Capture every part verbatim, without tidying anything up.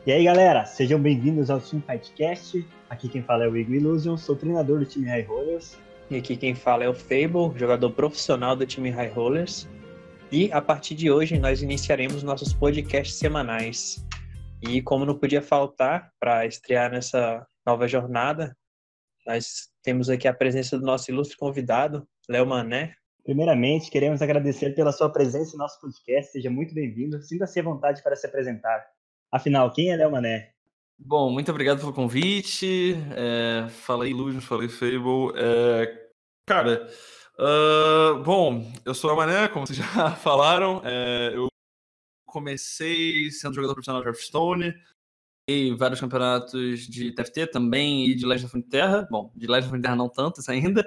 E aí, galera, sejam bem-vindos ao Team Fightcast. Aqui quem fala é o Igor Illusion, sou treinador do time High Rollers. E aqui quem fala é o Fable, jogador profissional do time High Rollers. E a partir de hoje nós iniciaremos nossos podcasts semanais. E como não podia faltar para estrear nessa nova jornada, nós temos aqui a presença do nosso ilustre convidado, Léo Mané. Primeiramente, queremos agradecer pela sua presença em nosso podcast. Seja muito bem-vindo. Sinta-se à vontade para se apresentar. Afinal, quem é Léo Mané? Bom, muito obrigado pelo convite. É, falei Illusion, falei Fable. É, cara, uh, bom, eu sou o Mané, como vocês já falaram. É, eu comecei sendo jogador profissional de Hearthstone, em vários campeonatos de T F T também e de Legend of Frontierra. Bom, de Legend of Frontierra não tantos ainda,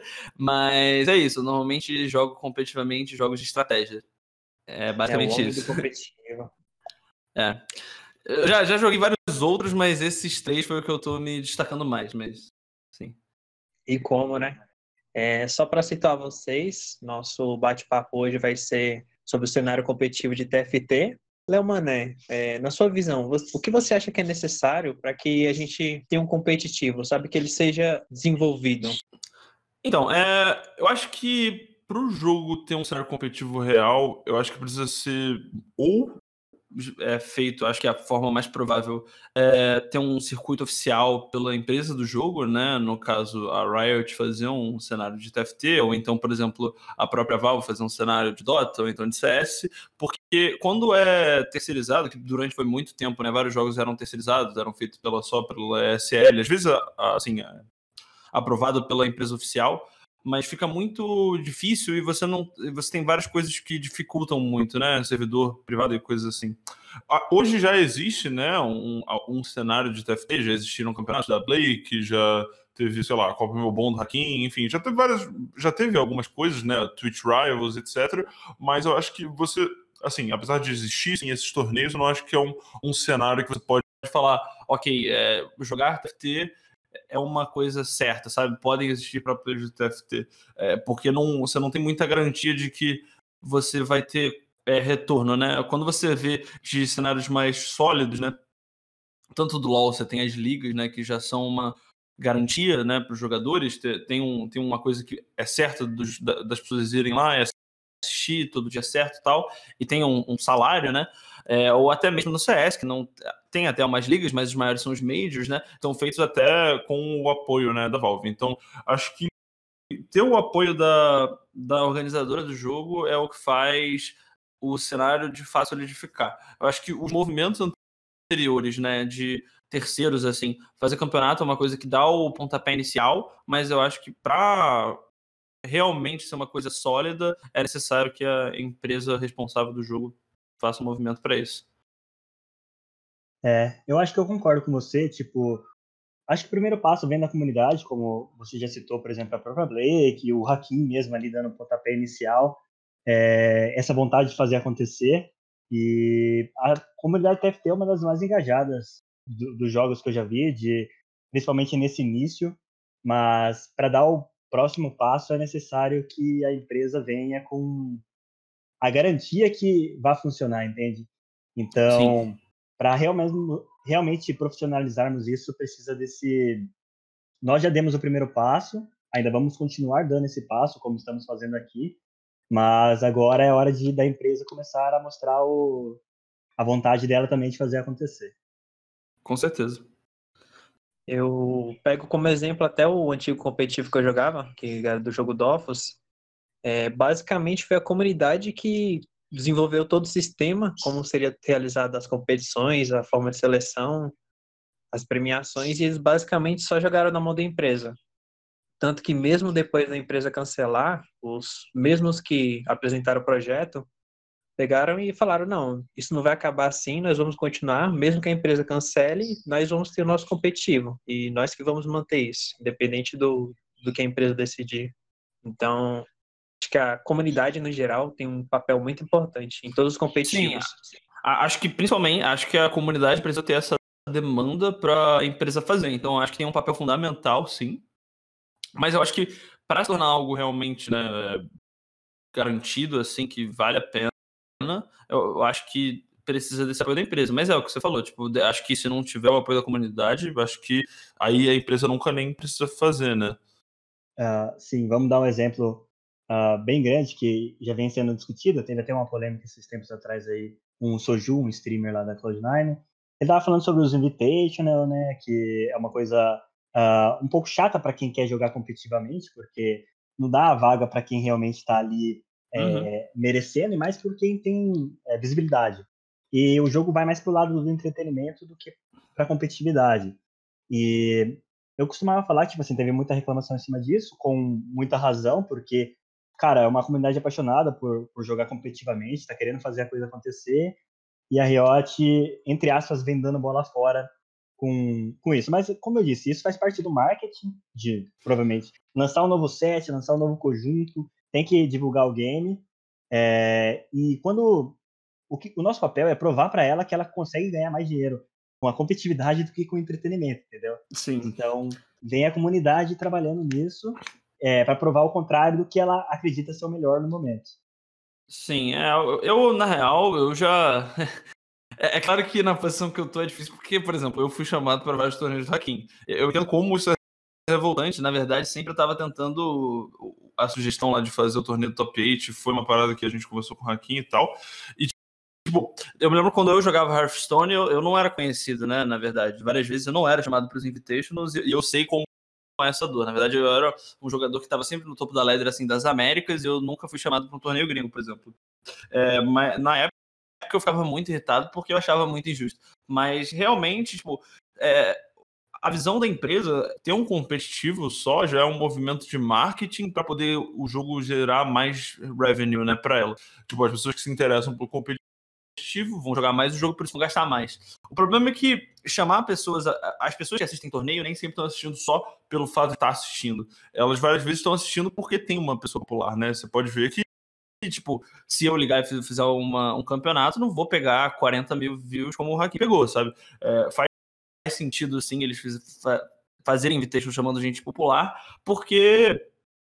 mas é isso. Eu normalmente jogo competitivamente jogos de estratégia. É basicamente é o isso. Do competitivo. É. Eu já, já joguei vários outros, mas esses três foi o que eu tô me destacando mais, mas sim. E como, né? É, só para citar vocês, nosso bate-papo hoje vai ser sobre o cenário competitivo de T F T. Léo Mané, é, na sua visão, o que você acha que é necessário para que a gente tenha um competitivo, sabe? Que ele seja desenvolvido? Então, é, eu acho que para o jogo ter um cenário competitivo real, eu acho que precisa ser ou é feito, acho que a forma mais provável é ter um circuito oficial pela empresa do jogo, né? No caso, a Riot fazer um cenário de T F T, ou então, por exemplo, a própria Valve fazer um cenário de Dota, ou então de C S, porque quando é terceirizado, que durante foi muito tempo, né? Vários jogos eram terceirizados, eram feitos pela, só pela E S L, às vezes, assim, aprovado pela empresa oficial, mas fica muito difícil e você não, você tem várias coisas que dificultam muito, né? Servidor privado e coisas assim. Hoje já existe, né, um, um cenário de T F T, já existiram campeonatos da Blake, já teve, sei lá, Copa Meu Bom do Hakim, enfim, já teve várias, já teve algumas coisas, né, Twitch Rivals, etcétera. Mas eu acho que você, assim, apesar de existirem esses torneios, eu não acho que é um, um cenário que você pode falar, ok, é, jogar T F T é uma coisa certa, sabe? Podem existir próprios de T F T, é, porque não, você não tem muita garantia de que você vai ter é, retorno, né? Quando você vê de cenários mais sólidos, né? Tanto do LoL, você tem as ligas, né? Que já são uma garantia, né? Para os jogadores, tem, um, tem uma coisa que é certa dos, das pessoas irem lá, é assistir todo dia certo e tal, e tem um, um salário, né? É, ou até mesmo no C S, que não tem até umas ligas, mas os maiores são os majors, né? Estão feitos até com o apoio, né, da Valve. Então, acho que ter o apoio da, da organizadora do jogo é o que faz o cenário de fato solidificar. Eu acho que os movimentos anteriores, né, de terceiros, assim, fazer campeonato é uma coisa que dá o pontapé inicial, mas eu acho que para realmente ser uma coisa sólida, é necessário que a empresa responsável do jogo faça um movimento para isso. É, eu acho que eu concordo com você, tipo, acho que o primeiro passo vem da comunidade, como você já citou, por exemplo, a própria Blake, o Hakim mesmo ali dando o pontapé inicial, é, essa vontade de fazer acontecer, e a comunidade T F T é uma das mais engajadas do, dos jogos que eu já vi, de, principalmente nesse início, mas para dar o próximo passo é necessário que a empresa venha com a garantia que vai funcionar, entende? Então, para realmente, realmente profissionalizarmos isso, precisa desse... Nós já demos o primeiro passo, ainda vamos continuar dando esse passo, como estamos fazendo aqui, mas agora é hora de, da empresa começar a mostrar o, a vontade dela também de fazer acontecer. Com certeza. Eu pego como exemplo até o antigo competitivo que eu jogava, que era do jogo Dofus. É, basicamente foi a comunidade que desenvolveu todo o sistema, como seria realizada as competições, a forma de seleção, as premiações, e eles basicamente só jogaram na mão da empresa. Tanto que mesmo depois da empresa cancelar, os mesmos que apresentaram o projeto pegaram e falaram, não, isso não vai acabar assim, nós vamos continuar, mesmo que a empresa cancele, nós vamos ter o nosso competitivo, e nós que vamos manter isso, independente do, do que a empresa decidir. Então, acho que a comunidade, no geral, tem um papel muito importante em todos os competitivos. Sim, acho que principalmente, acho que a comunidade precisa ter essa demanda para a empresa fazer. Então, acho que tem um papel fundamental, sim. Mas eu acho que para se tornar algo realmente, né, garantido, assim, que vale a pena, eu, eu acho que precisa desse apoio da empresa. Mas é o que você falou, tipo, acho que se não tiver o apoio da comunidade, acho que aí a empresa nunca nem precisa fazer, né? Uh, sim, vamos dar um exemplo uh, bem grande que já vem sendo discutido. Teve até uma polêmica esses tempos atrás aí, um Soju, um streamer lá da Cloud nine. Ele estava falando sobre os Invitational, né, que é uma coisa uh, um pouco chata para quem quer jogar competitivamente, porque não dá a vaga para quem realmente está ali é, uhum. merecendo, e mais por quem tem é, visibilidade. E o jogo vai mais pro lado do entretenimento do que para competitividade. E eu costumava falar que, tipo assim, teve muita reclamação em cima disso, com muita razão, porque, cara, é uma comunidade apaixonada por, por jogar competitivamente, tá querendo fazer a coisa acontecer, e a Riot, entre aspas, vem dando bola fora com, com isso. Mas, como eu disse, isso faz parte do marketing, de, provavelmente, lançar um novo set, lançar um novo conjunto, tem que divulgar o game, é, e quando... O, que, o nosso papel é provar para ela que ela consegue ganhar mais dinheiro com a competitividade do que com o entretenimento, entendeu? Sim. Então, vem a comunidade trabalhando nisso é, para provar o contrário do que ela acredita ser o melhor no momento. Sim, é, eu, na real, eu já... É, é claro que na posição que eu tô é difícil, porque, por exemplo, eu fui chamado para vários torneios de Hakim. Eu entendo como isso é revoltante, na verdade, sempre eu tava tentando... A sugestão lá de fazer o torneio do Top oito foi uma parada que a gente conversou com o Hakim e tal, e tipo, eu me lembro quando eu jogava Hearthstone, eu, eu não era conhecido, né, na verdade. Várias vezes eu não era chamado para os Invitationals e eu sei como é essa dor. Na verdade, eu era um jogador que estava sempre no topo da ladder, assim, das Américas, e eu nunca fui chamado para um torneio gringo, por exemplo. É, mas na época eu ficava muito irritado porque eu achava muito injusto. Mas realmente, tipo, é, a visão da empresa, ter um competitivo só já é um movimento de marketing para poder o jogo gerar mais revenue, né, para ela. Tipo, as pessoas que se interessam por competitivo vão jogar mais o jogo, por isso vão gastar mais. O problema é que chamar pessoas, as pessoas que assistem torneio nem sempre estão assistindo só pelo fato de estar assistindo. Elas várias vezes estão assistindo porque tem uma pessoa popular, né? Você pode ver que, tipo, se eu ligar e fizer uma, um campeonato, não vou pegar quarenta mil views como o Hakim pegou, sabe? É, faz sentido, sim, eles fazerem invitation chamando gente popular, porque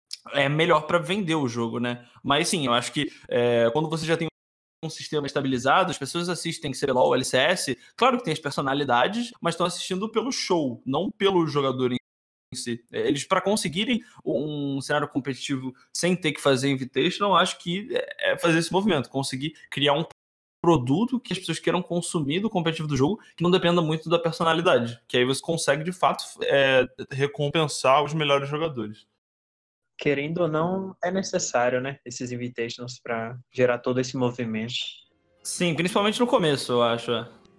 é melhor para vender o jogo, né? Mas sim, eu acho que é, quando você já tem um sistema estabilizado, as pessoas assistem C B L O L, L C S, claro que tem as personalidades, mas estão assistindo pelo show, não pelo jogador em si. Eles, para conseguirem um cenário competitivo sem ter que fazer invitational, acho que é fazer esse movimento, conseguir criar um produto que as pessoas queiram consumir do competitivo do jogo, que não dependa muito da personalidade, que aí você consegue, de fato, é, recompensar os melhores jogadores. Querendo ou não, é necessário, né? Esses invitations para gerar todo esse movimento. Sim, principalmente no começo, eu acho.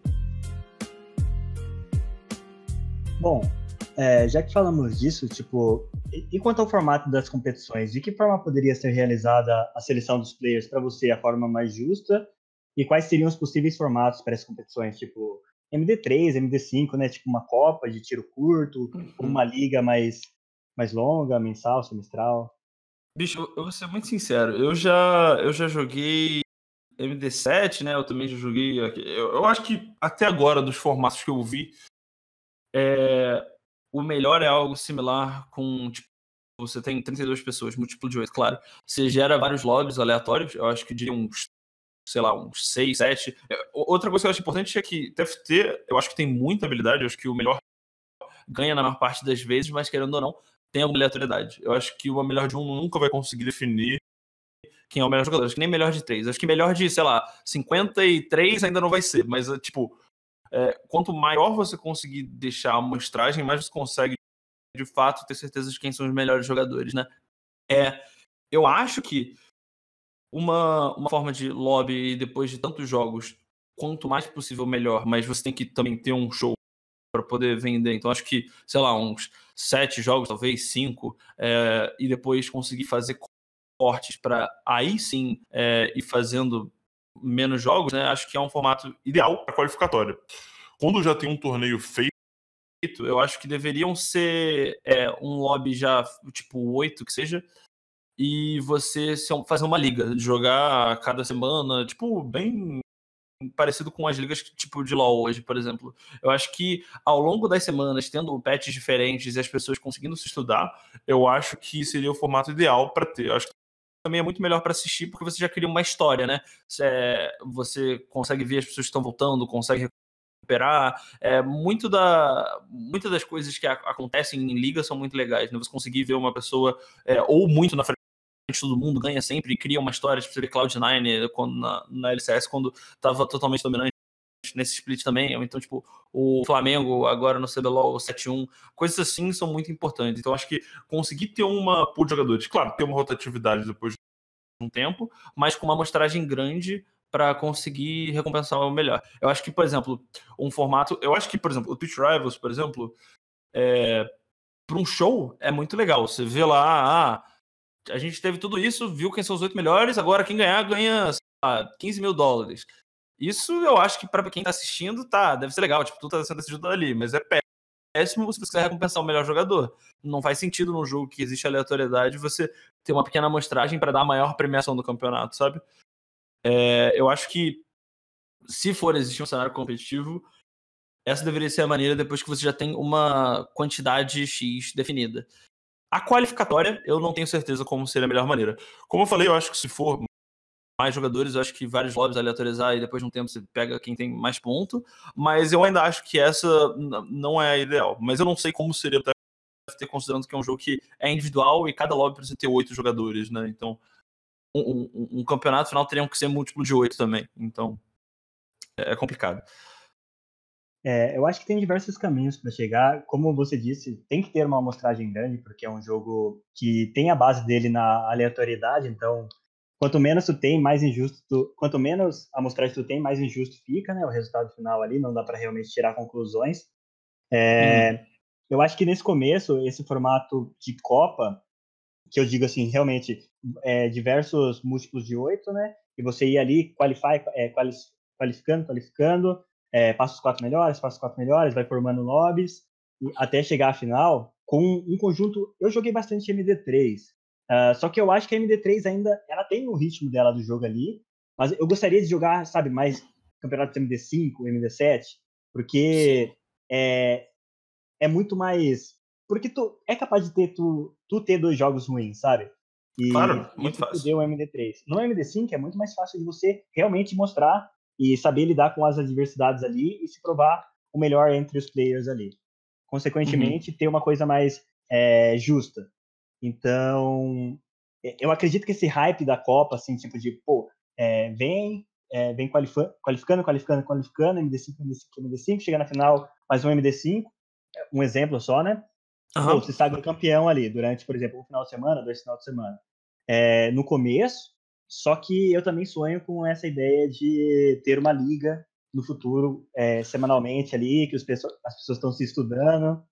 Bom, é, já que falamos disso, tipo, e, e quanto ao formato das competições, de que forma poderia ser realizada a seleção dos players para você, a forma mais justa? E quais seriam os possíveis formatos para essas competições? Tipo, M D três, M D cinco, né? Tipo uma Copa de tiro curto, uhum. Ou uma liga mais... mais longa, mensal, semestral? Bicho, eu, eu vou ser muito sincero. Eu já, eu já joguei M D sete, né? Eu também já joguei... Eu, eu acho que até agora, dos formatos que eu vi, é, o melhor é algo similar com... Tipo, você tem trinta e duas pessoas, múltiplo de oito, claro. Você gera vários lobbies aleatórios. Eu acho que diria uns, sei lá, uns seis, sete. Outra coisa que eu acho importante é que T F T, eu acho que tem muita habilidade. Eu acho que o melhor ganha na maior parte das vezes, mas querendo ou não, tem alguma aleatoriedade. Eu acho que o melhor de um nunca vai conseguir definir quem é o melhor jogador. Acho que nem melhor de três. Acho que melhor de, sei lá, cinquenta e três ainda não vai ser. Mas, tipo, é, quanto maior você conseguir deixar a amostragem, mais você consegue, de fato, ter certeza de quem são os melhores jogadores, né? É, eu acho que uma, uma forma de lobby, depois de tantos jogos, quanto mais possível, melhor. Mas você tem que também ter um show para poder vender. Então, acho que, sei lá, uns sete jogos, talvez cinco, é, e depois conseguir fazer cortes para aí sim é, ir fazendo menos jogos, né? Acho que é um formato ideal para qualificatória. Quando já tem um torneio feito, eu acho que deveriam ser é, um lobby já, tipo, oito, que seja, e você fazer uma liga, jogar cada semana, tipo, bem parecido com as ligas tipo de LoL hoje, por exemplo. Eu acho que ao longo das semanas, tendo patches diferentes e as pessoas conseguindo se estudar, eu acho que seria o formato ideal para ter. Eu acho que também é muito melhor para assistir, porque você já cria uma história, né? É, você consegue ver as pessoas que estão voltando, consegue recuperar. É, muito da, muitas das coisas que a, acontecem em liga são muito legais, né? Você conseguir ver uma pessoa é, ou muito na frente de todo mundo, ganha sempre e cria uma história. Tipo, você vê cloud nine quando, na, na L C S, quando estava totalmente dominante nesse split também, ou então, tipo, o Flamengo agora no C B L O L sete a um, coisas assim são muito importantes. Então, acho que conseguir ter uma pool de jogadores, claro, ter uma rotatividade depois de um tempo, mas com uma amostragem grande para conseguir recompensar o melhor. Eu acho que, por exemplo, um formato, eu acho que, por exemplo, o Twitch Rivals, por exemplo, é, para um show é muito legal. Você vê lá, ah, a gente teve tudo isso, viu quem são os oito melhores, agora quem ganhar ganha, sei lá, quinze mil dólares. Isso eu acho que para quem tá assistindo, tá, deve ser legal, tipo, tudo tá sendo decidido ali, mas é péssimo se você quiser recompensar o melhor jogador. Não faz sentido num jogo que existe aleatoriedade você ter uma pequena amostragem para dar a maior premiação do campeonato, sabe? É, eu acho que se for existir um cenário competitivo, essa deveria ser a maneira depois que você já tem uma quantidade X definida. A qualificatória, eu não tenho certeza como seria a melhor maneira. Como eu falei, eu acho que se for mais jogadores, eu acho que vários lobbies aleatorizar e depois de um tempo você pega quem tem mais ponto, mas eu ainda acho que essa não é a ideal. Mas eu não sei como seria o T F T, considerando que é um jogo que é individual e cada lobby precisa ter oito jogadores, né? Então, um, um, um campeonato final teria que ser múltiplo de oito também. Então, é complicado. É, eu acho que tem diversos caminhos para chegar. Como você disse, tem que ter uma amostragem grande, porque é um jogo que tem a base dele na aleatoriedade, então quanto menos tu tem, mais injusto tu, quanto menos amostragem tu tem, mais injusto fica, né, o resultado final ali, não dá para realmente tirar conclusões. É, hum. Eu acho que nesse começo, esse formato de Copa, que eu digo assim, realmente, é, diversos múltiplos de oito, né, e você ir ali qualify, é, quali qualificando, qualificando, é, passa os quatro melhores, passa os quatro melhores, vai formando lobbies, até chegar à final, com um conjunto. Eu joguei bastante M D três, uh, só que eu acho que a M D três ainda, ela tem o ritmo dela do jogo ali, mas eu gostaria de jogar, sabe, mais campeonatos M D cinco, M D sete, porque é, é muito mais, porque tu é capaz de ter tu, tu ter dois jogos ruins, sabe? E claro, muito isso fácil. deu o M D três. No M D cinco é muito mais fácil de você realmente mostrar e saber lidar com as adversidades ali e se provar o melhor entre os players ali. Consequentemente, uhum. ter uma coisa mais é, justa. Então, eu acredito que esse hype da Copa, assim, tipo de, pô, é, vem, é, vem qualificando, qualificando, qualificando, qualificando, M D cinco, M D cinco, M D cinco, chega na final, mais um M D cinco, um exemplo só, né? Uhum. Pô, você sagra campeão ali durante, por exemplo, um final de semana, dois final de semana. É, no começo, só que eu também sonho com essa ideia de ter uma liga no futuro, é, semanalmente ali, que os pessoas, as pessoas estão se estudando.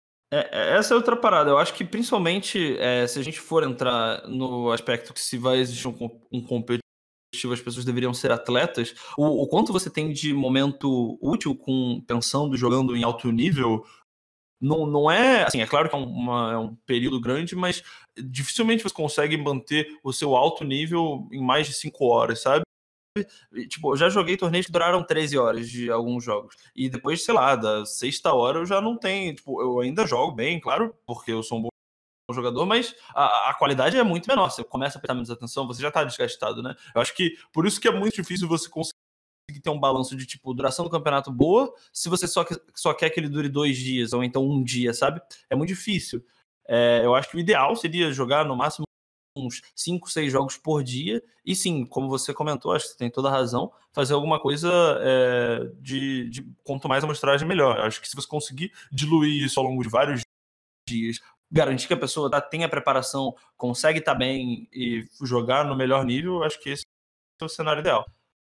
É, essa é outra parada. Eu acho que, principalmente, é, se a gente for entrar no aspecto que se vai existir um, um competitivo, as pessoas deveriam ser atletas, o, o quanto você tem de momento útil com pensando, jogando em alto nível, não, não é... Assim, é claro que é, uma, é um período grande, mas dificilmente você consegue manter o seu alto nível em mais de cinco horas, sabe? Tipo, eu já joguei torneios que duraram treze horas de alguns jogos. E depois, sei lá, da sexta hora eu já não tenho. Tipo, eu ainda jogo bem, claro, porque eu sou um bom jogador, mas a, a qualidade é muito menor. Você começa a prestar menos atenção, você já tá desgastado, né? Eu acho que por isso que é muito difícil você conseguir ter um balanço de, tipo, duração do campeonato boa, se você só, só quer que ele dure dois dias, ou então um dia, sabe? É muito difícil. É, eu acho que o ideal seria jogar no máximo uns cinco, seis jogos por dia, e sim, como você comentou, acho que você tem toda a razão, fazer alguma coisa é, de, de quanto mais amostragem, melhor. Acho que se você conseguir diluir isso ao longo de vários dias, garantir que a pessoa tá, tenha preparação, consegue estar tá bem e jogar no melhor nível, acho que esse é o cenário ideal.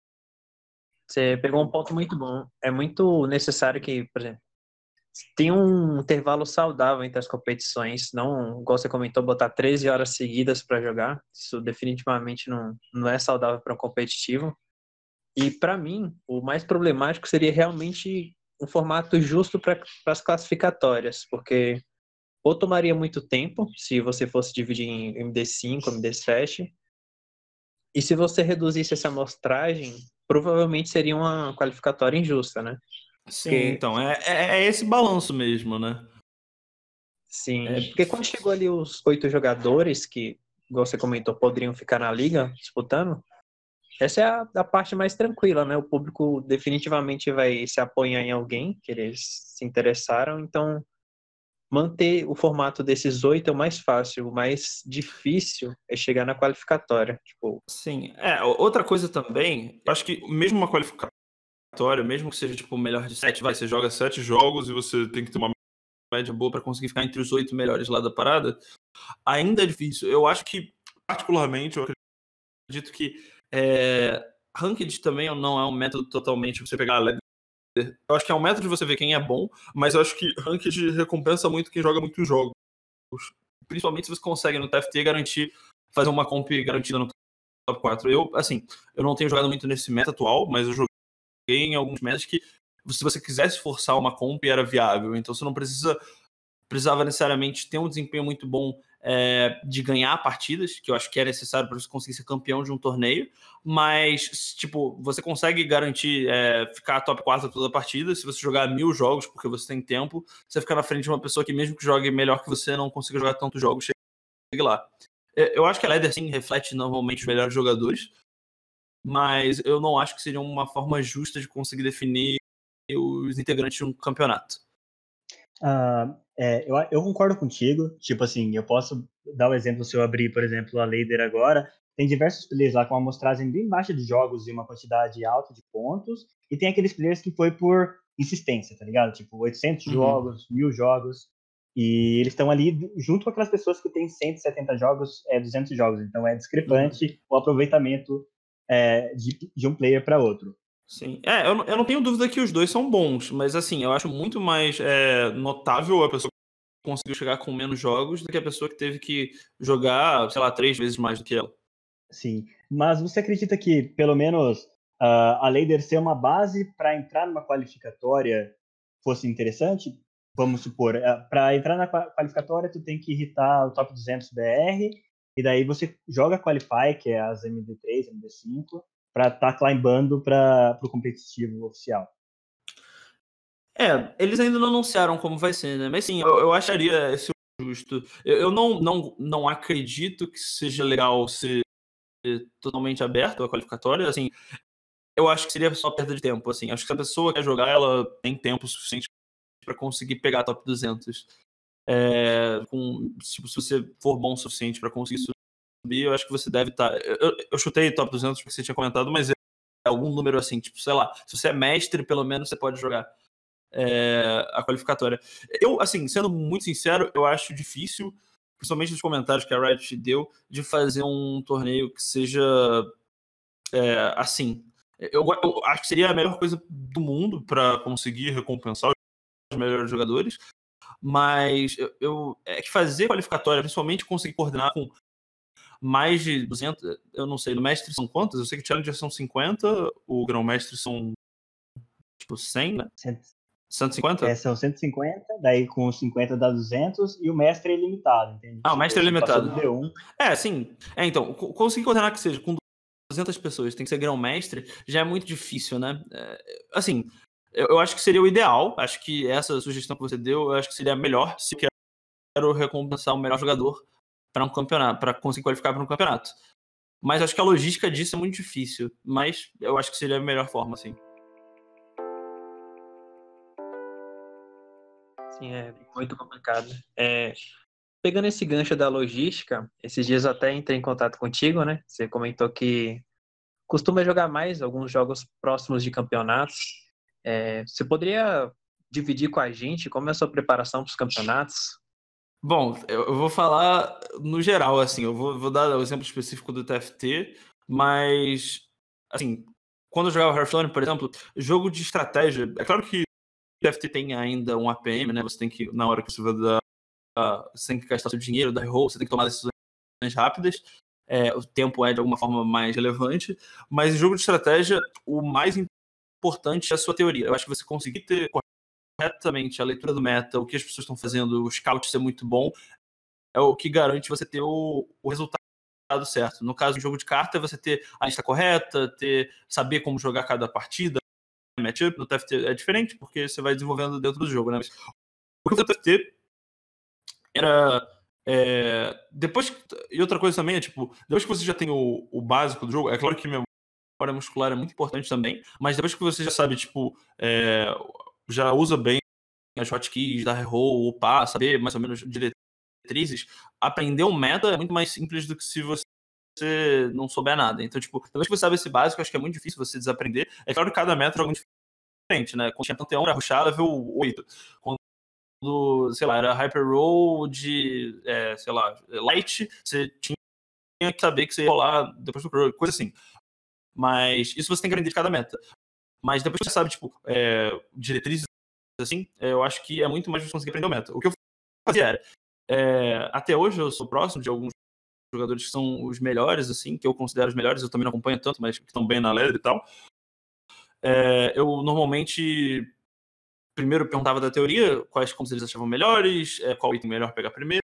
Você pegou um ponto muito bom. É muito necessário que, por exemplo, tem um intervalo saudável entre as competições, não, igual você comentou, botar treze horas seguidas para jogar, isso definitivamente não, não é saudável para um competitivo. E para mim, o mais problemático seria realmente um formato justo para as classificatórias, porque ou tomaria muito tempo, se você fosse dividir em M D cinco, M D sete, e se você reduzisse essa amostragem, provavelmente seria uma qualificatória injusta, né? Sim, porque... então, é, é, é esse balanço mesmo, né? Sim, é... porque quando chegou ali os oito jogadores, que igual você comentou, poderiam ficar na liga disputando, essa é a, a parte mais tranquila, né? O público definitivamente vai se apoiar em alguém que eles se interessaram, então manter o formato desses oito é o mais fácil, o mais difícil é chegar na qualificatória. Tipo, sim, é, outra coisa também, eu acho que mesmo uma qualificatória, mesmo que seja tipo o melhor de sete, vai, você joga sete jogos e você tem que ter uma média boa para conseguir ficar entre os oito melhores lá da parada, ainda é difícil. Eu acho que, particularmente, eu acredito que é, Ranked também não é um método totalmente você pegar a ladder. Eu acho que é um método de você ver quem é bom, mas eu acho que Ranked recompensa muito quem joga muitos jogos. Principalmente se você consegue no T F T garantir, fazer uma comp garantida no top quatro. Eu, assim, eu não tenho jogado muito nesse meta atual, mas eu joguei em alguns metas que se você quisesse forçar uma comp era viável. Então você não precisa precisava necessariamente ter um desempenho muito bom é, de ganhar partidas, que eu acho que é necessário para você conseguir ser campeão de um torneio, mas, tipo, você consegue garantir é, ficar top quatro toda a partida, se você jogar mil jogos, porque você tem tempo, você fica na frente de uma pessoa que mesmo que jogue melhor que você, não consiga jogar tantos jogos, chegue lá. Eu acho que a ladder, sim, reflete normalmente os melhores jogadores, mas eu não acho que seria uma forma justa de conseguir definir os integrantes de um campeonato. Uh, é, eu, eu concordo contigo. Tipo assim, eu posso dar o um exemplo se eu abrir, por exemplo, a ladder agora. Tem diversos players lá com uma amostragem bem baixa de jogos e uma quantidade alta de pontos. E tem aqueles players que foi por insistência, tá ligado? Tipo, oitocentos uhum. jogos, mil jogos. E eles estão ali junto com aquelas pessoas que têm cento e setenta jogos, é, duzentos jogos. Então é discrepante uhum. o aproveitamento é, de, de um player para outro. Sim, é, eu, eu não tenho dúvida que os dois são bons, mas assim, eu acho muito mais é, notável a pessoa que conseguiu chegar com menos jogos do que a pessoa que teve que jogar, sei lá, três vezes mais do que ela. Sim, mas você acredita que, pelo menos, uh, a ladder ser uma base para entrar numa qualificatória fosse interessante? Vamos supor, uh, para entrar na qualificatória tu tem que irritar o top duzentos B R, e daí você joga Qualify, que é as M D três, M D cinco, para estar tá climbando para o competitivo oficial. É, eles ainda não anunciaram como vai ser, né? Mas sim, eu, eu acharia esse justo. Eu, eu não, não, não acredito que seja legal ser totalmente aberto a qualificatória, assim, eu acho que seria só perda de tempo, assim. Acho que se a pessoa quer jogar, ela tem tempo suficiente para conseguir pegar top duzentos. É, com, tipo, se você for bom o suficiente para conseguir subir, eu acho que você deve estar... Tá... Eu, eu chutei top duzentos porque você tinha comentado, mas é algum número assim, tipo, sei lá, se você é mestre, pelo menos você pode jogar é, a qualificatória. Eu, assim, sendo muito sincero, eu acho difícil, principalmente nos comentários que a Riot deu, de fazer um torneio que seja é, assim. Eu, eu acho que seria a melhor coisa do mundo para conseguir recompensar os melhores jogadores, mas eu, eu é que fazer qualificatória, principalmente conseguir coordenar com mais de duzentos, eu não sei, no mestre são quantas? Eu sei que o Challenger são cinquenta, o Grão-Mestre são tipo cem, né? cento e cinquenta? É, são cento e cinquenta, daí com os cinquenta dá duzentos, e o mestre é ilimitado, entende? Ah, o mestre é ilimitado. D um. É, sim. É, então, conseguir coordenar que seja com duzentas pessoas, tem que ser grão-mestre, já é muito difícil, né? É, assim, eu, eu acho que seria o ideal, acho que essa sugestão que você deu, eu acho que seria melhor se eu quero recompensar o melhor jogador para um campeonato, para conseguir qualificar para um campeonato. Mas acho que a logística disso é muito difícil, mas eu acho que seria a melhor forma, assim. Sim, é muito complicado. É, pegando esse gancho da logística, esses dias eu até entrei em contato contigo, né? Você comentou que costuma jogar mais alguns jogos próximos de campeonatos. É, você poderia dividir com a gente como é a sua preparação para os campeonatos? Bom, eu vou falar no geral, assim, eu vou, vou dar o exemplo específico do T F T, mas, assim, quando eu jogava Hearthstone, por exemplo, jogo de estratégia, é claro que o T F T tem ainda um A P M, né, você tem que, na hora que você vai dar, uh, você tem que gastar seu dinheiro, dar roll, você tem que tomar decisões rápidas, é, o tempo é de alguma forma mais relevante, mas em jogo de estratégia, o mais importante é a sua teoria. Eu acho que você conseguir ter corretamente a leitura do meta, o que as pessoas estão fazendo, o scout ser muito bom, é o que garante você ter o, o resultado certo. No caso do jogo de carta, é você ter a lista correta, ter, saber como jogar cada partida, matchup. No T F T é diferente, porque você vai desenvolvendo dentro do jogo, né? Mas o que o T F T era É, depois, e outra coisa também é, tipo, depois que você já tem o, o básico do jogo, é claro que memória muscular é muito importante também, mas depois que você já sabe, tipo, é, já usa bem as hotkeys, dar reroll, upar, saber mais ou menos diretrizes, aprender um meta é muito mais simples do que se você não souber nada. Então, tipo, depois que você sabe esse básico, acho que é muito difícil você desaprender. É claro que cada meta é muito diferente, né? Quando tinha Panteão, era rushar level oito. Quando, sei lá, era Hyper Roll de, é, sei lá, Light, você tinha que saber que você ia rolar depois do Crow, coisa assim. Mas isso você tem que aprender de cada meta. Mas depois que você sabe, tipo, é, diretrizes, assim, é, eu acho que é muito mais difícil conseguir aprender o meta. O que eu fazia era, é, até hoje eu sou próximo de alguns jogadores que são os melhores, assim, que eu considero os melhores, eu também não acompanho tanto, mas que estão bem na ladder e tal. É, eu normalmente primeiro perguntava da teoria, quais combos eles achavam melhores, é, qual item melhor pegar primeiro,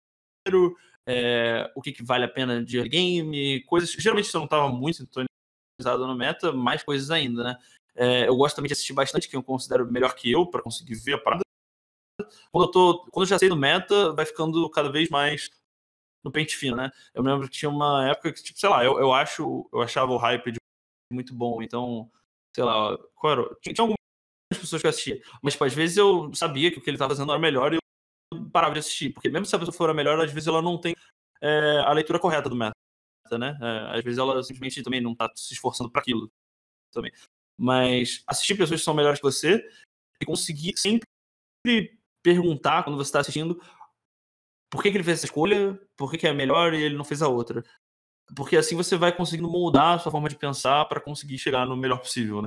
é, o que, que vale a pena de game, coisas. Geralmente isso eu não estava muito sintonizado no meta, mais coisas ainda, né? É, eu gosto também de assistir bastante quem eu considero melhor que eu, para conseguir ver a parada. Quando eu, tô, quando eu já sei do meta, vai ficando cada vez mais no pente fino, né? Eu me lembro que tinha uma época que, tipo, sei lá, eu, eu, acho, eu achava o hype muito bom, então, sei lá, qual era? Tinha, tinha algumas pessoas que eu assistia, mas, tipo, às vezes eu sabia que o que ele estava fazendo era melhor e eu parava de assistir, porque mesmo se a pessoa for a melhor, às vezes ela não tem é, a leitura correta do meta, né? É, às vezes ela simplesmente também não tá se esforçando para aquilo também. Mas assistir pessoas que são melhores que você e conseguir sempre perguntar quando você está assistindo por que, que ele fez essa escolha, por que, que é melhor e ele não fez a outra. Porque assim você vai conseguindo moldar a sua forma de pensar para conseguir chegar no melhor possível, né?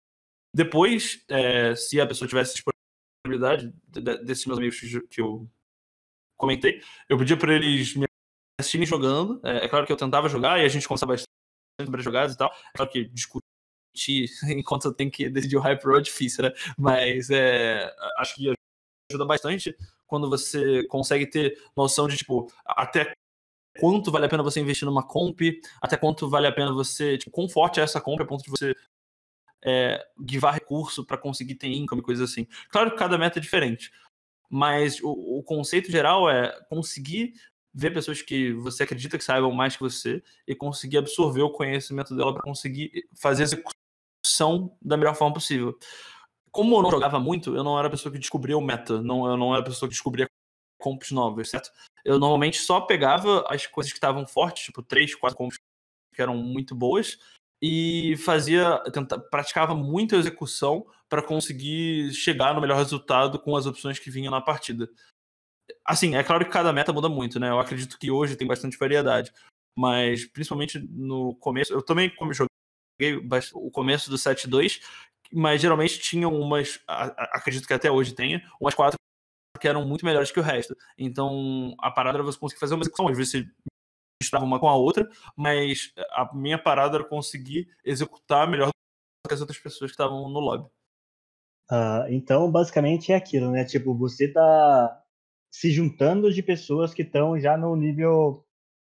Depois, é, se a pessoa tivesse disponibilidade, desses meus amigos que eu comentei, eu pedia para eles me assistirem jogando. É, é claro que eu tentava jogar e a gente conversava bastante sobre as jogadas e tal. É claro que discutir enquanto eu tenho que decidir o Hyper Roll é difícil, né? Mas é, acho que ajuda bastante quando você consegue ter noção de, tipo, até quanto vale a pena você investir numa comp, até quanto vale a pena você, tipo, quão forte é essa comp a ponto de você é, guivar recurso para conseguir ter income e coisas assim. Claro que cada meta é diferente, mas o, o conceito geral é conseguir ver pessoas que você acredita que saibam mais que você e conseguir absorver o conhecimento dela para conseguir fazer a execução da melhor forma possível. Como eu não jogava muito, eu não era a pessoa que descobria o meta, não, eu não era a pessoa que descobria comps novas, certo? Eu normalmente só pegava as coisas que estavam fortes, tipo três, quatro comps que eram muito boas, e fazia, tenta, praticava muita execução para conseguir chegar no melhor resultado com as opções que vinham na partida. Assim, é claro que cada meta muda muito, né? Eu acredito que hoje tem bastante variedade, mas principalmente no começo, eu também como joguei o começo do sete dois, mas geralmente tinham umas, acredito que até hoje tenha, umas quatro que eram muito melhores que o resto. Então, a parada era você conseguir fazer uma execução. Às vezes você misturava uma com a outra, mas a minha parada era conseguir executar melhor do que as outras pessoas que estavam no lobby. Uh, então, basicamente é aquilo, né? Tipo, você tá se juntando de pessoas que estão já no nível,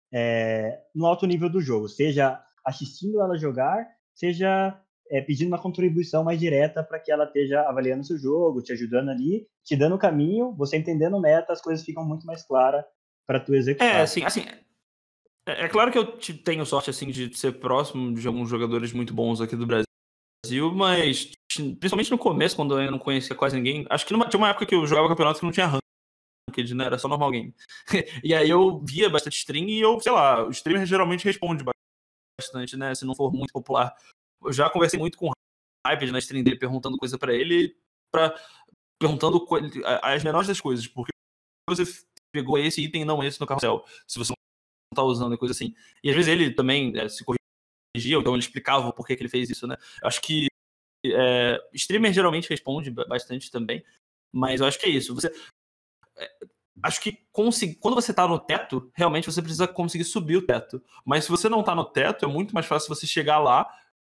é, no alto nível do jogo, seja assistindo ela jogar, seja é, pedindo uma contribuição mais direta para que ela esteja avaliando o seu jogo, te ajudando ali, te dando o caminho, você entendendo o meta, as coisas ficam muito mais claras para tu executar. É, assim, assim é, é claro que eu tenho sorte assim de ser próximo de alguns jogadores muito bons aqui do Brasil, mas principalmente no começo, quando eu não conhecia quase ninguém, acho que numa, tinha uma época que eu jogava campeonato que não tinha ranked, né? Era só normal game. E aí eu via bastante stream e eu, sei lá, o streamer geralmente responde bastante, né? Se não for muito popular. Eu já conversei muito com o Hyped na stream dele, perguntando coisa pra ele, pra, perguntando as menores das coisas, porque você pegou esse item e não esse no carrossel, se você não tá usando e coisa assim. E às vezes ele também é, se corrigia, então ele explicava por que, que ele fez isso, né? Eu acho que é, streamer geralmente responde bastante também, mas eu acho que é isso. Você, é, acho que consegui, quando você tá no teto, realmente você precisa conseguir subir o teto. Mas se você não tá no teto, é muito mais fácil você chegar lá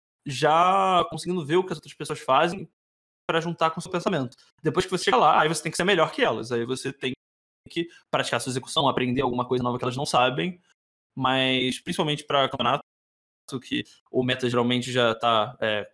já conseguindo ver o que as outras pessoas fazem para juntar com o seu pensamento. Depois que você chega lá, aí você tem que ser melhor que elas. Aí você tem que praticar sua execução, aprender alguma coisa nova que elas não sabem, mas principalmente para campeonato, que o meta geralmente já tá, é,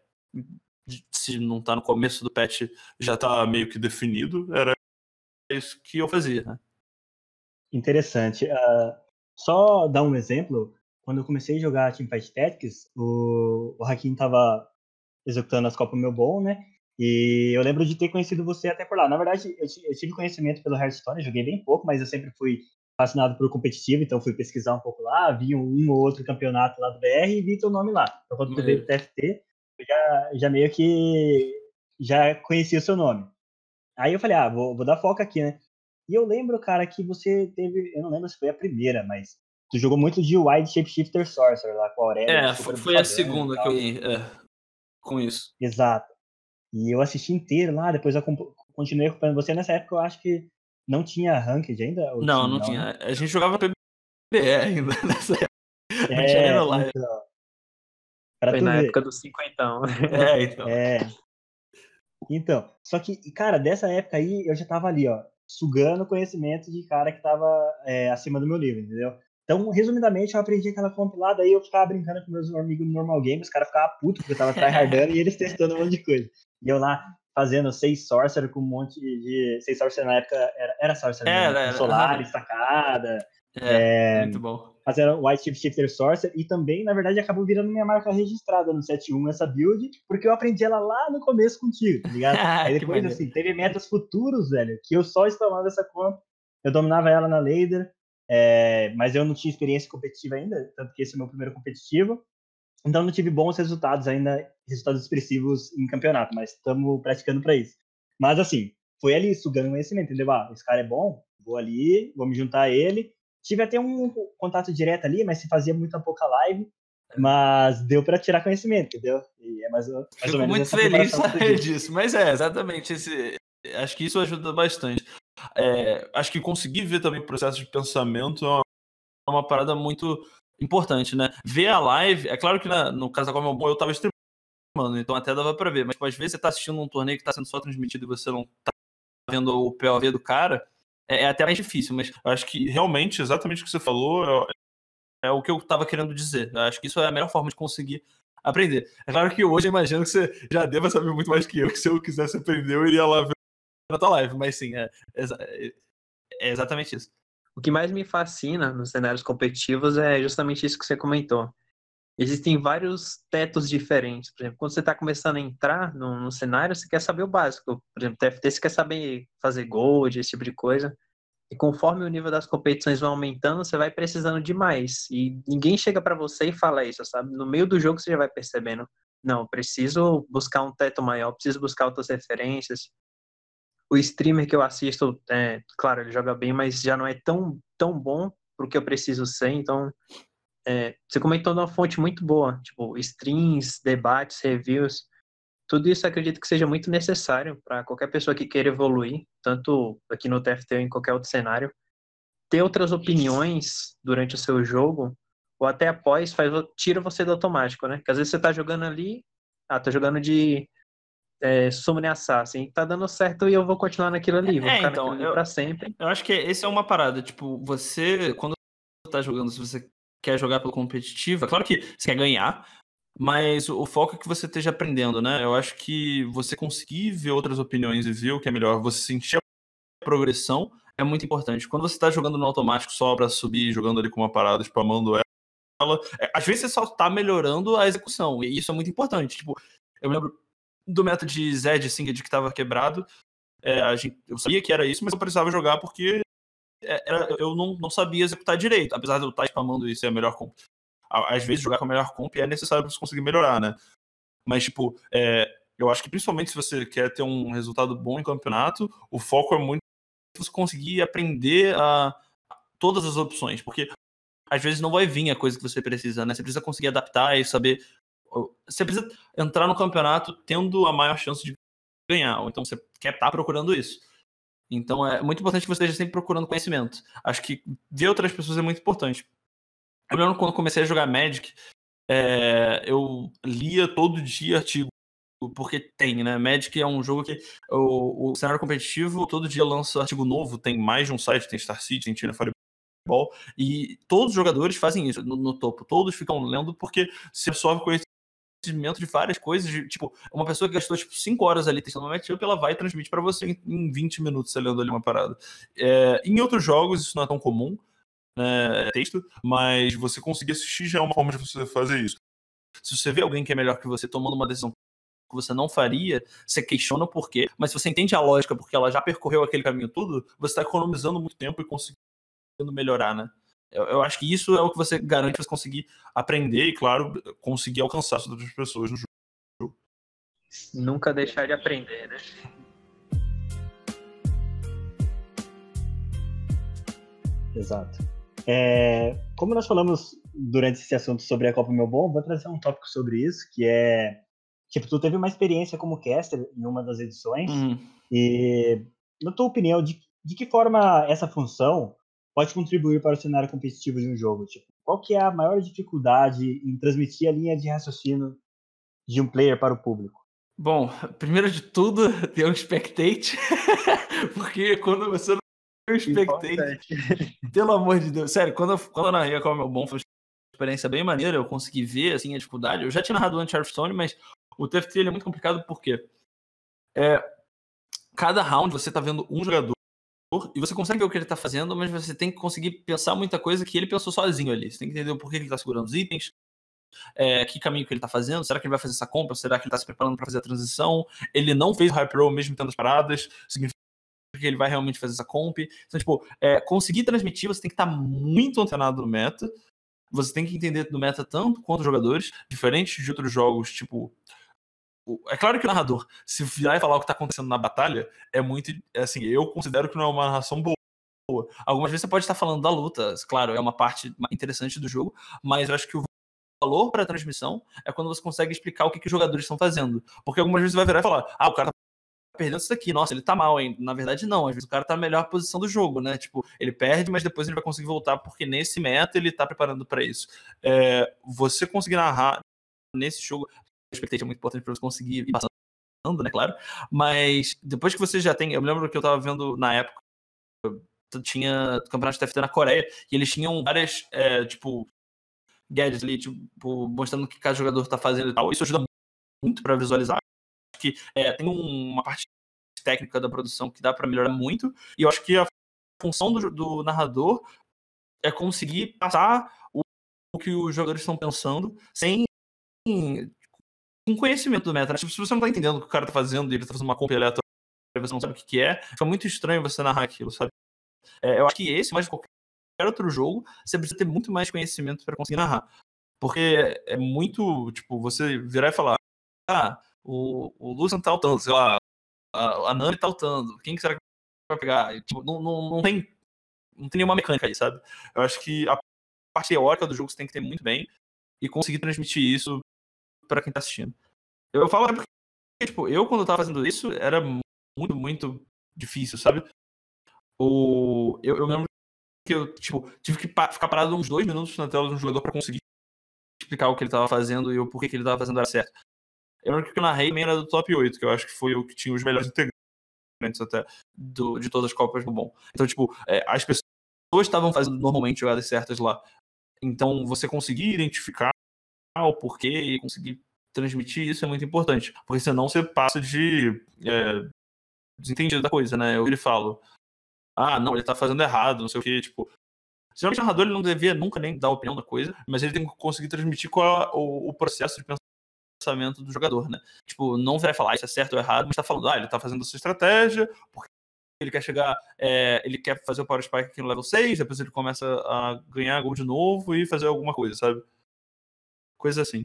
se não tá no começo do patch, já tá meio que definido, era isso que eu fazia, né? Interessante. Uh, só dar um exemplo, quando eu comecei a jogar Teamfight Tactics, o, o Hakim tava executando as Copas Meu Bom, né? E eu lembro de ter conhecido você até por lá. Na verdade, eu, eu tive conhecimento pelo Hearthstone, joguei bem pouco, mas eu sempre fui fascinado por competitivo, então fui pesquisar um pouco lá, vi um, um ou outro campeonato lá do B R e vi teu nome lá. Então, quando tu veio pro T F T, eu já, já meio que já conhecia o seu nome. Aí eu falei, ah, vou, vou dar foco aqui, né? E eu lembro, cara, que você teve, eu não lembro se foi a primeira, mas tu jogou muito de Wide Shapeshifter Sorcerer lá com a Aurélia. É, foi a segunda que eu ia é, com isso. Exato. E eu assisti inteiro lá, depois eu continuei acompanhando você. Nessa época eu acho que não tinha ranked ainda? Ou não, tinha, não, não tinha. Né? A gente jogava P B E ainda nessa época. É, não tinha nem no live. Então, pra foi tu na ver. época do cinquentão. É, então. É. Então, só que, cara, dessa época aí eu já tava ali, ó, sugando conhecimento de cara que tava é, acima do meu nível, entendeu? Então, resumidamente, eu aprendi aquela compilada aí, eu ficava brincando com meus amigos no Normal Game, os caras ficavam putos porque eu tava tryhardando e eles testando um monte de coisa. E eu lá fazendo seis Sorcerer com um monte de... Seis Sorcerer na época era, era Sorcerer era, mesmo, era. com Solar, estacada. É, é, muito bom. Fazendo White Shift Shifter Sorcerer e também, na verdade, acabou virando minha marca registrada no sete um essa build, porque eu aprendi ela lá no começo contigo, tá ligado? Aí depois, assim, teve metas futuros, velho, que eu só spamava essa conta, eu dominava ela na Lader, é, mas eu não tinha experiência competitiva ainda, tanto que esse é o meu primeiro competitivo, então não tive bons resultados ainda, resultados expressivos em campeonato, mas estamos praticando para isso. Mas assim, foi ali sugando conhecimento, entendeu? Ah, esse cara é bom, vou ali, vou me juntar a ele. Tive até um contato direto ali, mas se fazia muita pouca live, mas deu para tirar conhecimento, entendeu? E é mais, mais Fico ou menos muito essa feliz saber disso, mas é, exatamente, esse, acho que isso ajuda bastante. É, acho que conseguir ver também o processo de pensamento é uma parada muito importante, né? Ver a live, é claro que na, no caso da Copa Bom eu tava streamando, então até dava pra ver, mas tipo, às vezes você tá assistindo um torneio que tá sendo só transmitido e você não tá vendo o P O V do cara, é, é até mais difícil, mas eu acho que realmente, exatamente o que você falou, é, é o que eu tava querendo dizer. Eu acho que isso é a melhor forma de conseguir aprender. É claro que hoje eu imagino que você já deva saber muito mais que eu, que se eu quisesse aprender, eu iria lá ver na tua live, mas sim, é, é, é exatamente isso. O que mais me fascina nos cenários competitivos é justamente isso que você comentou. Existem vários tetos diferentes. Por exemplo, quando você está começando a entrar no, no cenário, você quer saber o básico. Por exemplo, T F T você quer saber fazer gold, esse tipo de coisa. E conforme o nível das competições vai aumentando, você vai precisando de mais. E ninguém chega para você e fala isso, sabe? No meio do jogo você já vai percebendo. Não, preciso buscar um teto maior, preciso buscar outras referências. O streamer que eu assisto, é, claro, ele joga bem, mas já não é tão, tão bom pro que eu preciso ser. Então, é, você comentou de uma fonte muito boa, tipo streams, debates, reviews. Tudo isso eu acredito que seja muito necessário para qualquer pessoa que queira evoluir, tanto aqui no T F T ou em qualquer outro cenário. Ter outras opiniões durante o seu jogo, ou até após, faz, tira você do automático, né? Porque às vezes você tá jogando ali, ah, tô jogando de é, Summon Assassin, tá dando certo e eu vou continuar naquilo ali, vou é, ficar então, naquilo ali eu, pra sempre. Eu acho que esse é uma parada, tipo, você, quando você tá jogando, se você quer jogar pelo competitivo, é claro que você quer ganhar, mas o foco é que você esteja aprendendo, né? Eu acho que você conseguir ver outras opiniões e ver o que é melhor, você sentir a progressão é muito importante. Quando você tá jogando no automático só pra subir, jogando ali com uma parada, spamando ela, é, às vezes você só tá melhorando a execução, e isso é muito importante. Tipo, eu me lembro do método de Zed Singed que tava quebrado, é, a gente, eu sabia que era isso, mas eu precisava jogar porque era, eu não, não sabia executar direito, apesar de eu estar spamando isso é a melhor comp. Às vezes jogar com a melhor comp é necessário para você conseguir melhorar, né? Mas, tipo, é, eu acho que principalmente se você quer ter um resultado bom em campeonato, o foco é muito você conseguir aprender a todas as opções, porque às vezes não vai vir a coisa que você precisa, né? Você precisa conseguir adaptar e saber. Você precisa entrar no campeonato tendo a maior chance de ganhar, ou então você quer estar procurando isso. Então é muito importante que você esteja sempre procurando conhecimento. Acho que ver outras pessoas é muito importante. Eu lembro quando comecei a jogar Magic, é, eu lia todo dia artigo, porque tem, né? Magic é um jogo que o, o cenário competitivo todo dia lança artigo novo, tem mais de um site, tem Star City, tem China Fireball, e todos os jogadores fazem isso no, no topo, todos ficam lendo porque se absorve conhecimento conhecimento de várias coisas, de, tipo, uma pessoa que gastou, tipo, cinco horas ali testando uma matchup, ela vai e transmite pra você em, em vinte minutos, você lendo ali uma parada. É, em outros jogos, isso não é tão comum, né, texto, mas você conseguir assistir já é uma forma de você fazer isso. Se você vê alguém que é melhor que você tomando uma decisão que você não faria, você questiona o porquê, mas se você entende a lógica porque ela já percorreu aquele caminho tudo, você está economizando muito tempo e conseguindo melhorar, né? Eu, eu acho que isso é o que você garante você conseguir aprender e, claro, conseguir alcançar as outras pessoas no jogo. Nunca deixar de aprender, né? Exato. É, como nós falamos durante esse assunto sobre a Copa Meu Bom, vou trazer um tópico sobre isso, que é, tipo, tu teve uma experiência como caster em uma das edições, Uhum. e, na tua opinião, de, de que forma essa função pode contribuir para o cenário competitivo de um jogo? Tipo, qual que é a maior dificuldade em transmitir a linha de raciocínio de um player para o público? Bom, primeiro de tudo, ter um spectate, porque quando você não tem um spectate, pelo amor de Deus, sério, quando eu, quando eu narrei a Copa Meu Bom, foi uma experiência bem maneira, eu consegui ver, assim, a dificuldade. Eu já tinha narrado antes Hearthstone, mas o T F T ele é muito complicado porque é, cada round você tá vendo um jogador e você consegue ver o que ele tá fazendo, mas você tem que conseguir pensar muita coisa que ele pensou sozinho ali. Você tem que entender o porquê que ele tá segurando os itens, é, que caminho que ele tá fazendo, será que ele vai fazer essa compra, será que ele tá se preparando para fazer a transição, ele não fez o Hype Roll mesmo tendo as paradas, significa que ele vai realmente fazer essa comp. Então, tipo, é, conseguir transmitir, você tem que estar muito antenado no meta, você tem que entender do meta tanto quanto os jogadores, diferente de outros jogos, tipo... É claro que o narrador, se virar e falar o que tá acontecendo na batalha, é muito... É assim, eu considero que não é uma narração boa. Algumas vezes você pode estar falando da luta, claro, é uma parte interessante do jogo, mas eu acho que o valor para a transmissão é quando você consegue explicar o que, que os jogadores estão fazendo. Porque algumas vezes você vai virar e falar, ah, o cara tá perdendo isso daqui, nossa, ele tá mal, hein? Na verdade, não, às vezes o cara tá na melhor posição do jogo, né? Tipo, ele perde, mas depois ele vai conseguir voltar, porque nesse meta ele tá preparando para isso. É, você conseguir narrar nesse jogo, a expectativa é muito importante para você conseguir ir passando, né, claro, mas depois que você já tem, eu me lembro que eu tava vendo na época, tinha campeonato de T F T na Coreia, e eles tinham várias, é, tipo, gadgets ali, tipo, mostrando o que cada jogador tá fazendo e tal, isso ajuda muito para visualizar. Acho que é, tem um, uma parte técnica da produção que dá para melhorar muito, e eu acho que a função do, do narrador é conseguir passar o, o que os jogadores estão pensando sem um conhecimento do meta, né? Tipo, se você não tá entendendo o que o cara tá fazendo e ele tá fazendo uma compra aleatória e você não sabe o que que é, fica muito estranho você narrar aquilo, sabe? É, eu acho que esse, mais de qualquer outro jogo, você precisa ter muito mais conhecimento para conseguir narrar. Porque é muito, tipo, você virar e falar, ah, o, o Lucian tá altando, sei lá, a, a Nami tá altando, quem que será que vai pegar? E, tipo, não, não, não, tem, não tem nenhuma mecânica aí, sabe? Eu acho que a parte teórica do jogo você tem que ter muito bem e conseguir transmitir isso pra quem tá assistindo. Eu, eu falo porque, tipo, eu quando eu tava fazendo isso, era muito, muito difícil, sabe? O, eu, eu lembro que eu, tipo, tive que pa- ficar parado uns dois minutos na tela de um jogador pra conseguir explicar o que ele tava fazendo e o porquê que ele tava fazendo era certo. Eu lembro que eu narrei meio era do top oito, que eu acho que foi o que tinha os melhores integrantes até do, de todas as Copas do Bom. Então, tipo, é, as pessoas estavam fazendo normalmente jogadas certas lá. Então, você conseguir identificar o porquê e conseguir transmitir isso é muito importante. Porque senão você passa de é, desentendido da coisa, né? Eu ele falo, ah, não, ele tá fazendo errado, não sei o quê, tipo... Geralmente o narrador ele não devia nunca nem dar opinião da coisa, mas ele tem que conseguir transmitir qual é o, o processo de pensamento do jogador, né? Tipo, não vai falar isso é certo ou errado, mas tá falando, ah, ele tá fazendo essa estratégia, porque ele quer chegar, é, ele quer fazer o Power Spike aqui no level seis, depois ele começa a ganhar gol de novo e fazer alguma coisa, sabe? Coisa assim.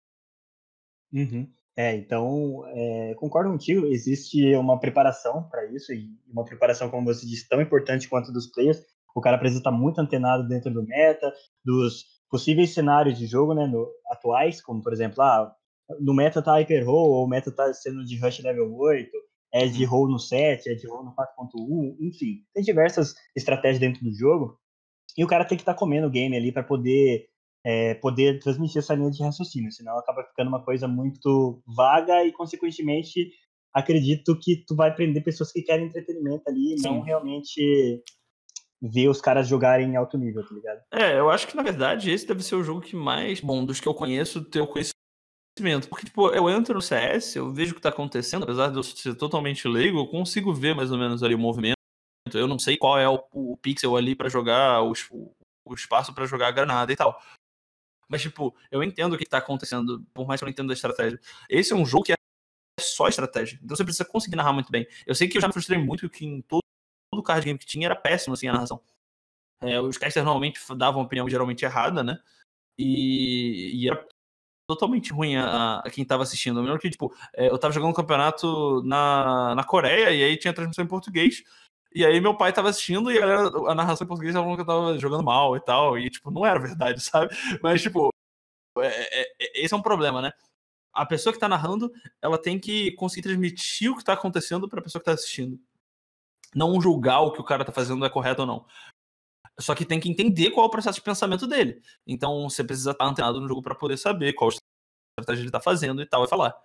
Uhum. É, então, é, concordo contigo, existe uma preparação para isso, e uma preparação, como você disse, tão importante quanto dos players. O cara precisa estar muito antenado dentro do meta, dos possíveis cenários de jogo, né, no, atuais, como, por exemplo, ah, no meta tá Hyper Roll, ou o meta tá sendo de Rush level oito, é de Roll no sete, é de Roll no quatro ponto um, enfim, tem diversas estratégias dentro do jogo, e o cara tem que estar comendo o game ali para poder é, poder transmitir essa linha de raciocínio, senão acaba ficando uma coisa muito vaga e, consequentemente, acredito que tu vai prender pessoas que querem entretenimento ali e não realmente ver os caras jogarem em alto nível, tá ligado? É, eu acho que, na verdade, esse deve ser o jogo que mais, bom, dos que eu conheço, ter o conhecimento Porque, tipo, eu entro no C S, eu vejo o que tá acontecendo, apesar de eu ser totalmente leigo, eu consigo ver mais ou menos ali o movimento. Eu não sei qual é o, o pixel ali pra jogar, o, o espaço pra jogar a granada e tal. Mas, tipo, eu entendo o que tá acontecendo, por mais que eu não entenda a estratégia. Esse é um jogo que é só estratégia. Então você precisa conseguir narrar muito bem. Eu sei que eu já me frustrei muito que em todo, todo card game que tinha era péssimo, assim, a narração. É, os casters normalmente davam opinião geralmente errada, né? E, e era totalmente ruim a, a quem tava assistindo. Eu lembro que, tipo, é, eu tava jogando um campeonato na, na Coreia e aí tinha transmissão em português. E aí meu pai tava assistindo e a, galera, a narração em português tava falando que eu tava jogando mal e tal. E, tipo, não era verdade, sabe? Mas, tipo, é, é, esse é um problema, né? A pessoa que tá narrando, ela tem que conseguir transmitir o que tá acontecendo pra pessoa que tá assistindo. Não julgar o que o cara tá fazendo é correto ou não. Só que tem que entender qual é o processo de pensamento dele. Então você precisa estar antenado no jogo pra poder saber qual estratégia ele tá fazendo e tal, e falar.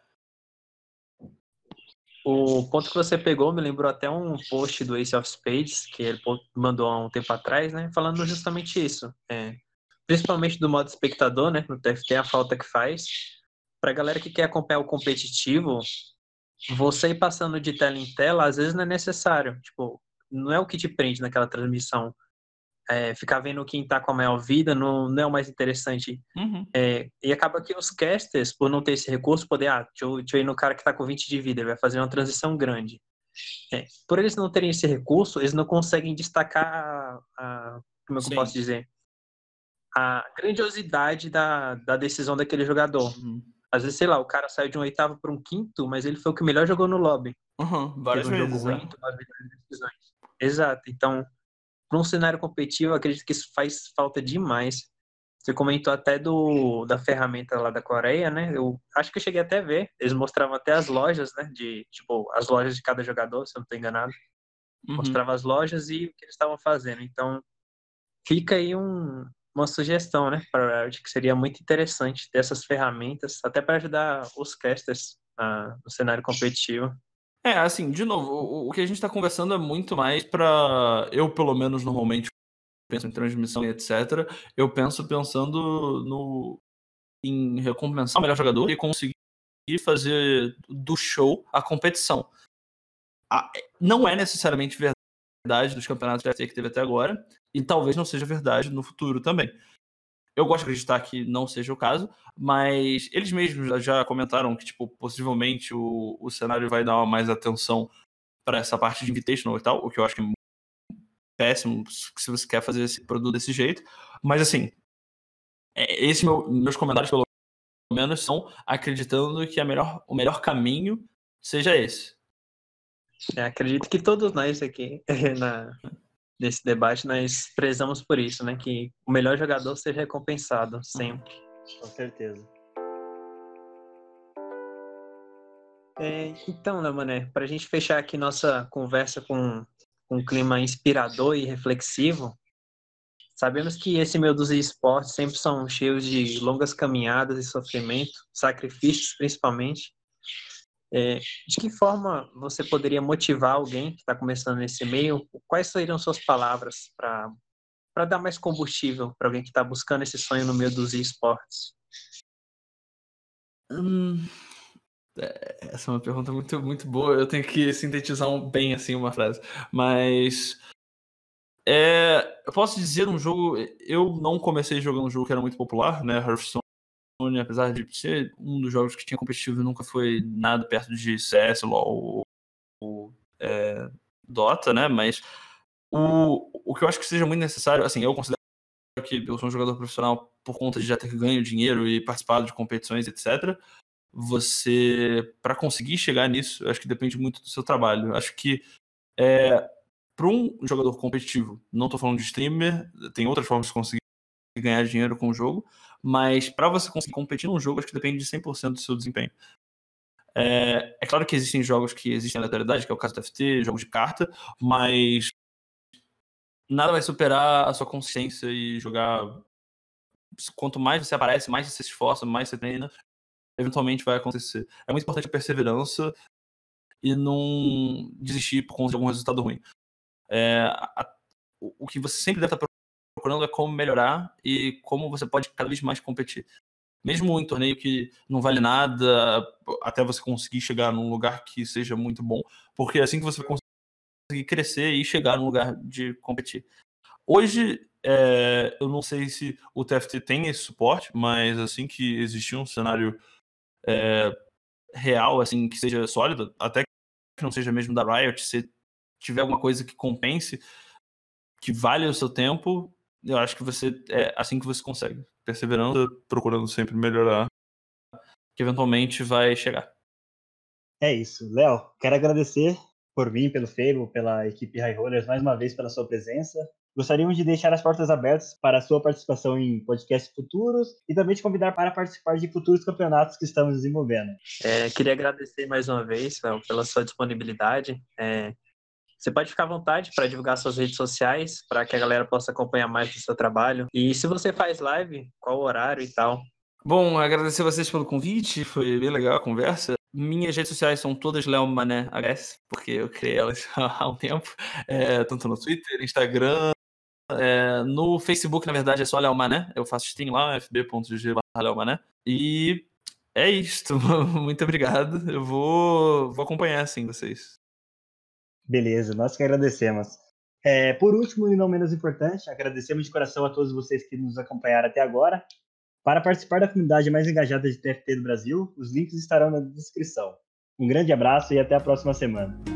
O ponto que você pegou me lembrou até um post do Ace of Spades, que ele mandou há um tempo atrás, né? Falando justamente isso. É, principalmente do modo espectador, né? No T F T, a falta que faz. Pra galera que quer acompanhar o competitivo, você ir passando de tela em tela, às vezes não é necessário. Tipo, não é o que te prende naquela transmissão. É, ficar vendo quem tá com a maior vida não, não é o mais interessante. Uhum. É, e acaba que os casters, por não ter esse recurso, poder, ah, deixa eu, deixa eu ir no cara que tá com vinte de vida, ele vai fazer uma transição grande. É, por eles não terem esse recurso, eles não conseguem destacar a, a como é que eu posso dizer? A grandiosidade da, da decisão daquele jogador. Uhum. Às vezes, sei lá, o cara saiu de um oitavo para um quinto, mas ele foi o que melhor jogou no lobby. Uhum, várias Teve um vezes, jogo ruim, tomou as melhores decisões. Exato. Então, para um cenário competitivo, eu acredito que isso faz falta demais. Você comentou até do, da ferramenta lá da Coreia, né? Eu acho que eu cheguei até a ver. Eles mostravam até as lojas, né? De, tipo, as lojas de cada jogador, se eu não estou enganado. Uhum. Mostrava as lojas e o que eles estavam fazendo. Então, fica aí um, uma sugestão, né? Para a Riot, que seria muito interessante ter essas ferramentas, até para ajudar os casters ah, no cenário competitivo. É, assim, de novo, o, o que a gente tá conversando é muito mais pra... Eu, pelo menos, normalmente penso em transmissão e etcétera. Eu penso pensando no... em recompensar o melhor jogador e conseguir fazer do show a competição. A, não é necessariamente verdade dos campeonatos que teve até agora, e talvez não seja verdade no futuro também. Eu gosto de acreditar que não seja o caso, mas eles mesmos já comentaram que, tipo, possivelmente o, o cenário vai dar mais atenção para essa parte de Invitational e tal, o que eu acho que é péssimo se você quer fazer esse produto desse jeito. Mas, assim, é, esses meu, meus comentários, pelo menos, são acreditando que a melhor, o melhor caminho seja esse. É, acredito que todos nós aqui, na, nesse debate, nós prezamos por isso, né? Que o melhor jogador seja recompensado sempre. Com certeza. É, então, né, Mané, para a gente fechar aqui nossa conversa com, com um clima inspirador e reflexivo, sabemos que esse meio dos esportes sempre são cheios de longas caminhadas e sofrimento, sacrifícios principalmente. É, de que forma você poderia motivar alguém que está começando nesse meio? Quais seriam suas palavras para para dar mais combustível para alguém que está buscando esse sonho no meio dos esportes? Hum, essa é uma pergunta muito, muito boa. Eu tenho que sintetizar um, bem assim uma frase. Mas é, eu posso dizer um jogo. Eu não comecei jogando um jogo que era muito popular, né? Hearthstone, apesar de ser um dos jogos que tinha competitivo, nunca foi nada perto de C S, LoL ou é, Dota, né? Mas o, o que eu acho que seja muito necessário, assim, eu considero que eu sou um jogador profissional por conta de já ter ganho dinheiro e participado de competições, etcétera. Você, para conseguir chegar nisso, eu acho que depende muito do seu trabalho. Eu acho que é, para um jogador competitivo, não estou falando de streamer, tem outras formas de conseguir ganhar dinheiro com o jogo, mas para você conseguir competir num jogo, acho que depende de cem por cento do seu desempenho. É, é claro que existem jogos que existem aleatoriedade, que é o caso do T F T, jogos de carta, mas nada vai superar a sua consciência e jogar. Quanto mais você aparece, mais você se esforça, mais você treina, eventualmente vai acontecer. É muito importante a perseverança e não desistir por conta de algum resultado ruim. É, a, o que você sempre deve estar procurando é como melhorar e como você pode cada vez mais competir. mesmo em torneio que não vale nada, até você conseguir chegar num lugar que seja muito bom, porque é assim que você vai conseguir crescer e chegar num lugar de competir. Hoje, é, eu não sei se o T F T tem esse suporte, mas assim que existir um cenário é, real, assim, que seja sólido, até que não seja mesmo da Riot, se tiver alguma coisa que compense, que vale o seu tempo, eu acho que você é assim que você consegue. Perseverança, procurando sempre melhorar, que eventualmente vai chegar. É isso. Léo, quero agradecer por mim, pelo Fable, pela equipe High Rollers, mais uma vez pela sua presença. Gostaríamos de deixar as portas abertas para a sua participação em podcasts futuros e também te convidar para participar de futuros campeonatos que estamos desenvolvendo. É, queria agradecer mais uma vez, Léo, pela sua disponibilidade. É, Você pode ficar à vontade para divulgar suas redes sociais, para que a galera possa acompanhar mais do seu trabalho. E se você faz live, qual o horário e tal. Bom, agradecer vocês pelo convite, foi bem legal a conversa. Minhas redes sociais são todas Léo Mané H S, porque eu criei elas há um tempo, é, tanto no Twitter, Instagram, é, no Facebook, na verdade, é só Léo Mané, eu faço stream lá, f b ponto g barra Léo Mané, e é isto, muito obrigado, eu vou, vou acompanhar, assim, vocês. Beleza, nós que agradecemos. É, por último, e não menos importante, agradecemos de coração a todos vocês que nos acompanharam até agora. Para participar da comunidade mais engajada de T F T do Brasil, os links estarão na descrição. Um grande abraço e até a próxima semana.